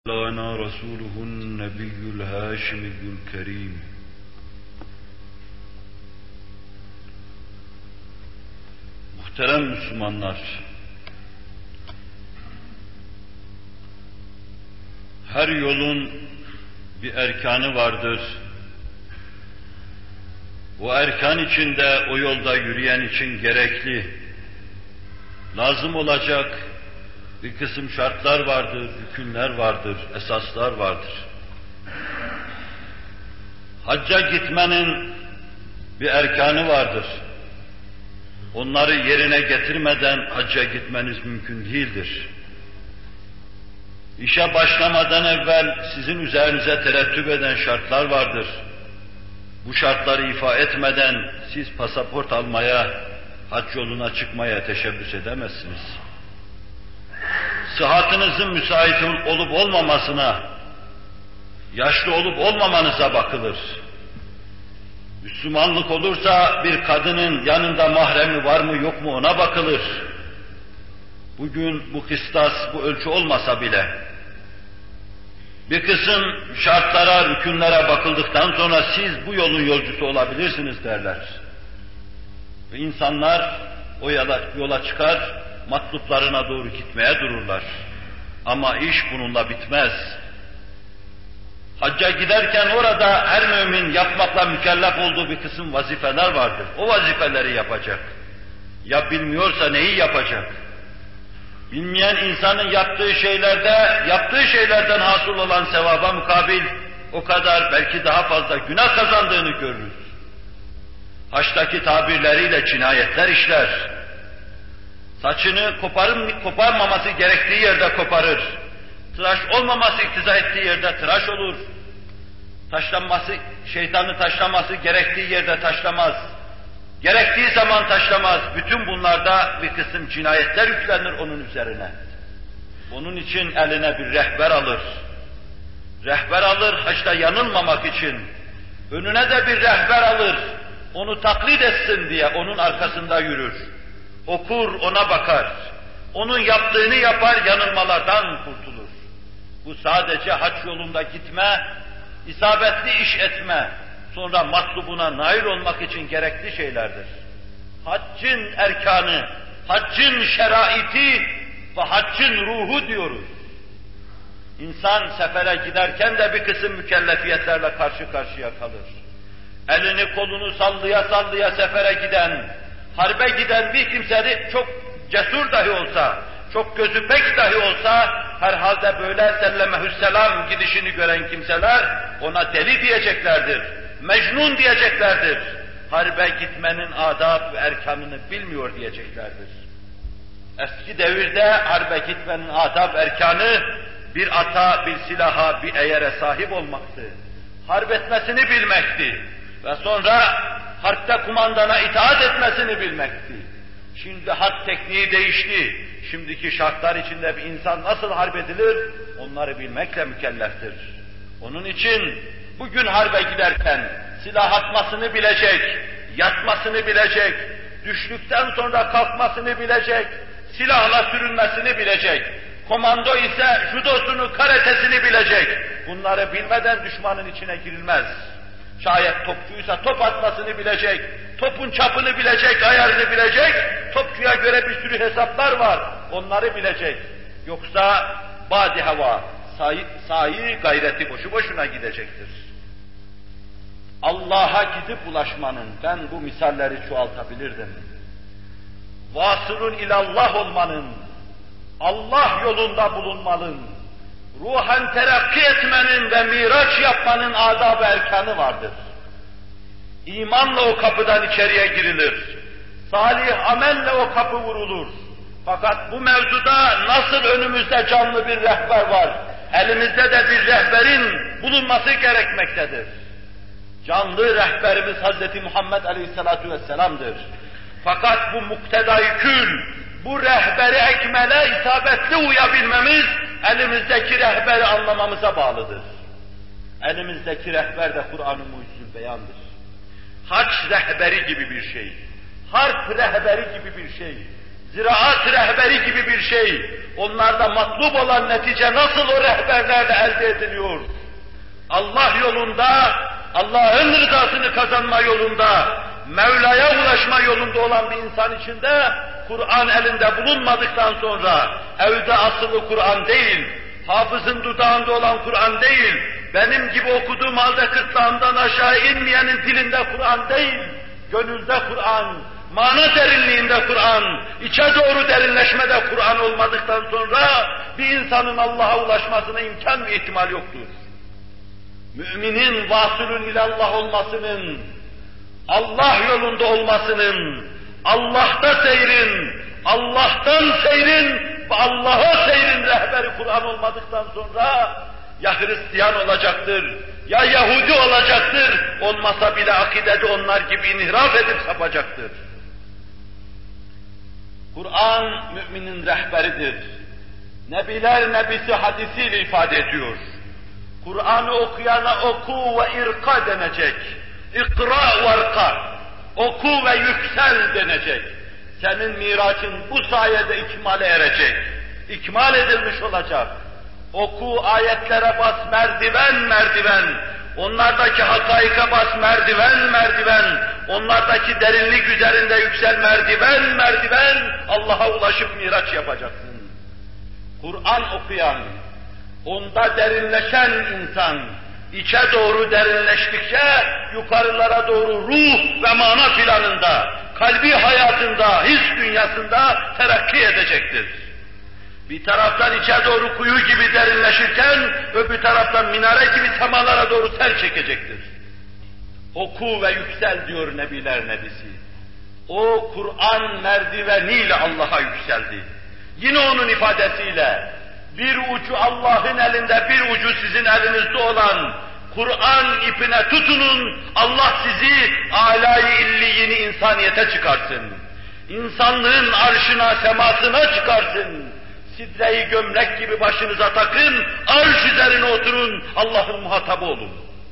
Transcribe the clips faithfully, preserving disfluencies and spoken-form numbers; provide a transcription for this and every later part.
بلغنا رسوله النبي الهاشمي الكريم Muhterem Müslümanlar, her yolun bir erkanı vardır. Bu erkan içinde o yolda yürüyen için gerekli, lazım olacak bir kısım şartlar vardır, hükümler vardır, esaslar vardır. Hacca gitmenin bir erkanı vardır. Onları yerine getirmeden hacca gitmeniz mümkün değildir. İşe başlamadan evvel sizin üzerinize terettüp eden şartlar vardır. Bu şartları ifa etmeden siz pasaport almaya, hac yoluna çıkmaya teşebbüs edemezsiniz. Sıhhatınızın müsait olup olmamasına, yaşlı olup olmamanıza bakılır. Müslümanlık olursa bir kadının yanında mahremi var mı yok mu ona bakılır. Bugün bu kıstas, bu ölçü olmasa bile bir kısım şartlara, rükünlere bakıldıktan sonra siz bu yolun yolcusu olabilirsiniz derler. Ve insanlar o yola, yola çıkar, matluplarına doğru gitmeye dururlar. Ama iş bununla bitmez. Hacca giderken orada her mümin yapmakla mükellef olduğu bir kısım vazifeler vardır. O vazifeleri yapacak. Ya bilmiyorsa neyi yapacak? Bilmeyen insanın yaptığı şeylerde, yaptığı şeylerden hasıl olan sevaba mukabil o kadar belki daha fazla günah kazandığını görürüz. Haçtaki tabirleriyle cinayetler işler. Saçını koparın, koparmaması gerektiği yerde koparır. Tıraş olmaması iktiza ettiği yerde tıraş olur. Taşlanması, şeytanı taşlaması gerektiği yerde taşlamaz. Gerektiği zaman taşlamaz. Bütün bunlarda bir kısım cinayetler yüklenir onun üzerine. Onun için eline bir rehber alır. Rehber alır haçta yanılmamak için. Önüne de bir rehber alır. Onu taklit etsin diye onun arkasında yürür. Okur, ona bakar. Onun yaptığını yapar, yanılmalardan kurtulur. Bu sadece hac yolunda gitme, isabetli iş etme, sonra matlubuna nail olmak için gerekli şeylerdir. Haccın erkanı, haccın şeraiti ve haccın ruhu diyoruz. İnsan sefere giderken de bir kısım mükellefiyetlerle karşı karşıya kalır. Elini kolunu sallaya sallaya sefere giden, harbe giden bir kimse çok cesur dahi olsa, çok gözü pek dahi olsa, herhalde böyle sellemehüsselam gidişini gören kimseler ona deli diyeceklerdir, mecnun diyeceklerdir. Harbe gitmenin adab ve erkanını bilmiyor diyeceklerdir. Eski devirde harbe gitmenin adab erkanı bir ata, bir silaha, bir eğere sahip olmaktı. Harp etmesini bilmekti ve sonra harpte kumandana itaat etmesini bilmekti. Şimdi harp tekniği değişti. Şimdiki şartlar içinde bir insan nasıl harp edilir, onları bilmekle mükelleftir. Onun için bugün harbe giderken silah atmasını bilecek, yatmasını bilecek, düştükten sonra kalkmasını bilecek, silahla sürünmesini bilecek, komando ise judosunu, karatesini bilecek. Bunları bilmeden düşmanın içine girilmez. Şayet topçuysa top atmasını bilecek, topun çapını bilecek, ayarını bilecek, topçuya göre bir sürü hesaplar var, onları bilecek. Yoksa badi hava, sahi, sahi gayreti boşu boşuna gidecektir. Allah'a gidip ulaşmanın, ben bu misalleri çoğaltabilirdim. Vasılun ilallah olmanın, Allah yolunda bulunmanın, ruhen terakki etmenin ve miraç yapmanın adab-ı erkanı vardır. İmanla o kapıdan içeriye girilir. Salih amelle o kapı vurulur. Fakat bu mevzuda nasıl önümüzde canlı bir rehber var, elimizde de bir rehberin bulunması gerekmektedir. Canlı rehberimiz Hazreti Muhammed Aleyhisselatü Vesselam'dır. Fakat bu muktedai kül, bu rehberi ekmele isabetli uyabilmemiz, elimizdeki rehberi anlamamıza bağlıdır. Elimizdeki rehber de Kur'an-ı Mucizül Beyan'dır. Hac rehberi gibi bir şey, harp rehberi gibi bir şey, ziraat rehberi gibi bir şey. Onlarda matlub olan netice nasıl o rehberlerle elde ediliyor? Allah yolunda, Allah'ın rızasını kazanma yolunda, Mevla'ya ulaşma yolunda olan bir insan içinde Kur'an elinde bulunmadıktan sonra evde asılı Kur'an değil, hafızın dudağında olan Kur'an değil, benim gibi okuduğum halde kırtlağımdan aşağı inmeyenin dilinde Kur'an değil, gönülde Kur'an, mana derinliğinde Kur'an, içe doğru derinleşmede Kur'an olmadıktan sonra bir insanın Allah'a ulaşmasına imkan ve ihtimal yoktur. Müminin vasılun ilallah olmasının, Allah yolunda olmasının, Allah'ta seyrin, Allah'tan seyrin ve Allah'a seyrin rehberi Kur'an olmadıktan sonra ya Hristiyan olacaktır, ya Yahudi olacaktır, olmasa bile akidede onlar gibi inhiraf edip sapacaktır. Kur'an müminin rehberidir. Nebiler nebisi hadisiyle ifade ediyor. Kur'an'ı okuyana oku ve irka denecek. İkra ve irka. Oku ve yüksel denecek. Senin miracın bu sayede ikmale erecek. İkmal edilmiş olacak. Oku, ayetlere bas, merdiven merdiven. Onlardaki hakaika bas, merdiven merdiven. Onlardaki derinlik üzerinde yüksel, merdiven merdiven. Allah'a ulaşıp miraç yapacaksın. Kur'an okuyan, onda derinleşen insan, içe doğru derinleştikçe yukarılara doğru ruh ve mana planında, kalbi hayatında, his dünyasında terakki edecektir. Bir taraftan içe doğru kuyu gibi derinleşirken, öbür taraftan minare gibi semalara doğru sel çekecektir. Oku ve yüksel diyor Nebiler Nebisi. O Kur'an merdiveniyle Allah'a yükseldi. Yine onun ifadesiyle, bir ucu Allah'ın elinde, bir ucu sizin elinizde olan Kur'an ipine tutunun, Allah sizi âlâ-i illiyini insaniyete çıkarsın. İnsanlığın arşına, semasına çıkarsın. Sidre-i gömlek gibi başınıza takın, arş üzerine oturun, Allah'ın muhatabı olun.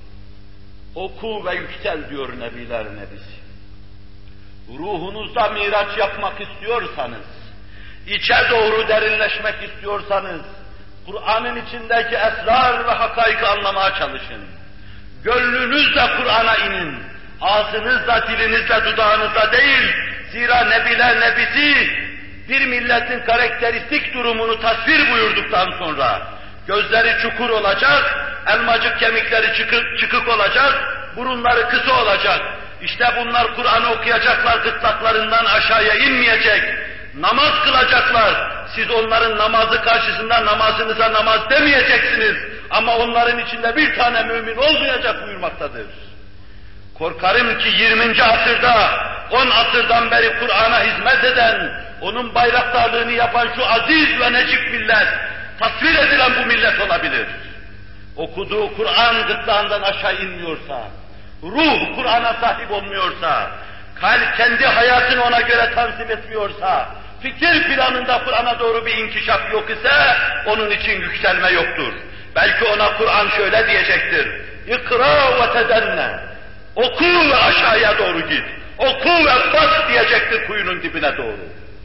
Oku ve yüksel diyor Nebiler Nebisi. Ruhunuzda miraç yapmak istiyorsanız, içe doğru derinleşmek istiyorsanız, Kur'an'ın içindeki esrar ve hakaiki anlamaya çalışın. Gönlünüzle Kur'an'a inin, ağzınızla, dilinizle, dudağınızla değil, zira Nebiler Nebisi, bir milletin karakteristik durumunu tasvir buyurduktan sonra, gözleri çukur olacak, elmacık kemikleri çıkık, çıkık olacak, burunları kısa olacak. İşte bunlar Kur'an'ı okuyacaklar, gırtlaklarından aşağıya inmeyecek, namaz kılacaklar. Siz onların namazı karşısında namazınıza namaz demeyeceksiniz. Ama onların içinde bir tane mümin olmayacak buyurmaktadır. Korkarım ki yirminci asırda, on asırdan beri Kur'an'a hizmet eden, onun bayraktarlığını yapan şu aziz ve necip millet, tasvir edilen bu millet olabilir. Okuduğu Kur'an gırtlağından aşağı inmiyorsa, ruh Kur'an'a sahip olmuyorsa, kalp kendi hayatını ona göre tanzim etmiyorsa, fikir planında Kur'an'a doğru bir inkişaf yok ise, onun için yükselme yoktur. Belki ona Kur'an şöyle diyecektir, İkra ve tedenne, oku ve aşağıya doğru git, oku ve bas diyecektir kuyunun dibine doğru.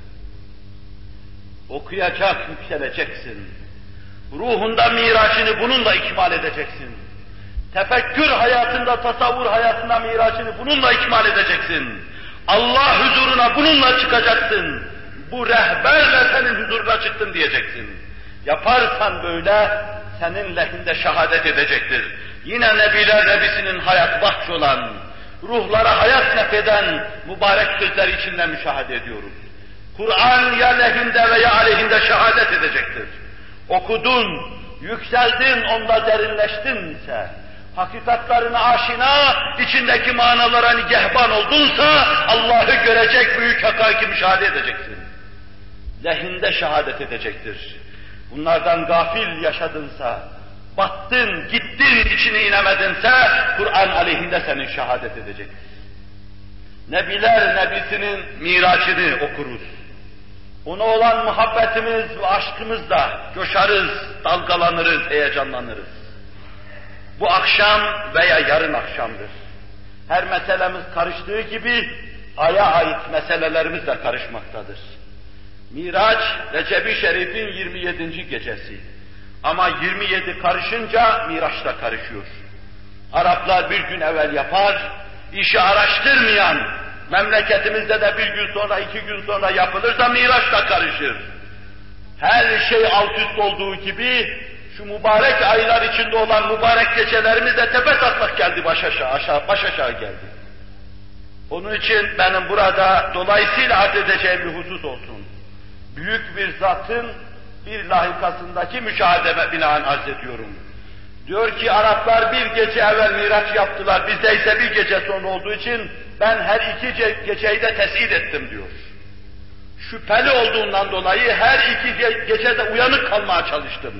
Okuyacak, yükseleceksin. Ruhunda miracını bununla ikmal edeceksin. Tefekkür hayatında, tasavvur hayatında miracını bununla ikmal edeceksin. Allah huzuruna bununla çıkacaksın. Bu rehberle senin huzuruna çıktım diyeceksin. Yaparsan böyle, senin lehinde şehadet edecektir. Yine Nebiler Nebisi'nin hayat bahç olan, ruhlara hayat nefeden mübarek sözleri içinde müşahede ediyoruz. Kur'an ya lehinde veya aleyhinde şehadet edecektir. Okudun, yükseldin, onda derinleştinse, hakikatlarına aşina, içindeki manalara nigehban oldunsa, Allah'ı görecek, büyük hakaiki müşahede edeceksin. Lehinde şehadet edecektir. Bunlardan gafil yaşadınsa, battın, gittin, içine inemedinse, Kur'an aleyhinde senin şehadet edecek. Nebiler Nebisi'nin miracını okuruz. Ona olan muhabbetimiz ve aşkımızla coşarız, dalgalanırız, heyecanlanırız. Bu akşam veya yarın akşamdır. Her meselemiz karıştığı gibi, aya ait meselelerimiz de karışmaktadır. Miraç, Recep-i Şerif'in yirmi yedinci gecesi. Ama yirmi yedi karışınca Miraç da karışıyor. Araplar bir gün evvel yapar, işi araştırmayan, memleketimizde de bir gün sonra, iki gün sonra yapılırsa Miraç da karışır. Her şey alt üst olduğu gibi, şu mübarek aylar içinde olan mübarek gecelerimiz de tepe taklak geldi, baş aşağı, aşağı, baş aşağı geldi. Onun için benim burada dolayısıyla arz edeceğim bir husus olsun. Büyük bir zatın bir lahikasındaki müşahedeme binaen arz ediyorum. Diyor ki Araplar bir gece evvel Miraç yaptılar, bizde ise bir gece sonra olduğu için ben her iki geceyi de tespit ettim diyor. Şüpheli olduğundan dolayı her iki gecede uyanık kalmaya çalıştım.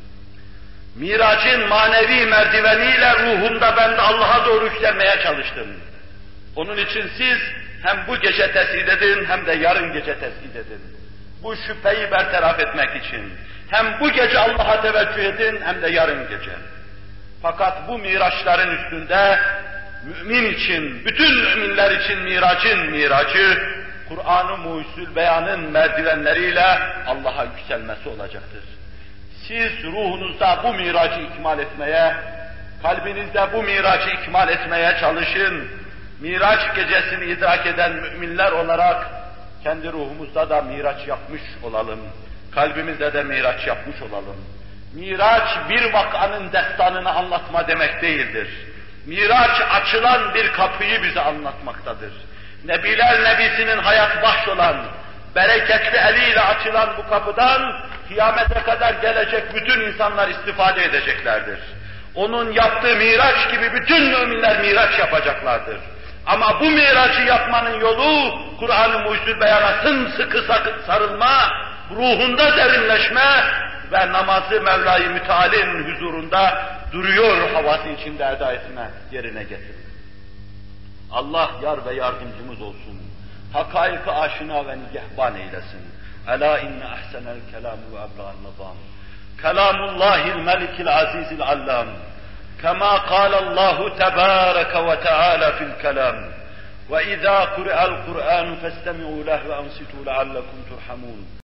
Miraç'ın manevi merdiveniyle ruhumda ben de Allah'a doğru yükselmeye çalıştım. Onun için siz hem bu gece tespit edin hem de yarın gece tespit edin. Bu şüpheyi bertaraf etmek için. Hem bu gece Allah'a teveccüh edin hem de yarın gece. Fakat bu miraçların üstünde mümin için, bütün müminler için Miraç'ın miracı, Kur'an-ı Muhyüzül Beyan'ın merdivenleriyle Allah'a yükselmesi olacaktır. Siz ruhunuzda bu miracı ikmal etmeye, kalbinizde bu miracı ikmal etmeye çalışın. Miraç gecesini idrak eden müminler olarak kendi ruhumuzda da miraç yapmış olalım. Kalbimizde de miraç yapmış olalım. Miraç bir vakanın destanını anlatma demek değildir. Miraç açılan bir kapıyı bize anlatmaktadır. Nebiler Nebisi'nin hayat bahşolan, bereketli eliyle açılan bu kapıdan kıyamete kadar gelecek bütün insanlar istifade edeceklerdir. Onun yaptığı miraç gibi bütün müminler miraç yapacaklardır. Ama bu miracı yapmanın yolu Kur'an-ı Muhyüzül Beyan'a sımsıkı sarılma, ruhunda derinleşme ve namazı Mevla-i Müteal'in huzurunda duruyor havası içinde eda etme yerine getirin. Allah yar ve yardımcımız olsun. Hakaik-ı aşina ve nigehban eylesin. Ela inne ahsenel kelam ve ebra'l nizam. Kelamullahil melikil azizil allam. كما قال الله تبارك وتعالى في الكلام وإذا قرئ القرآن فاستمعوا له وأنصتوا لعلكم ترحمون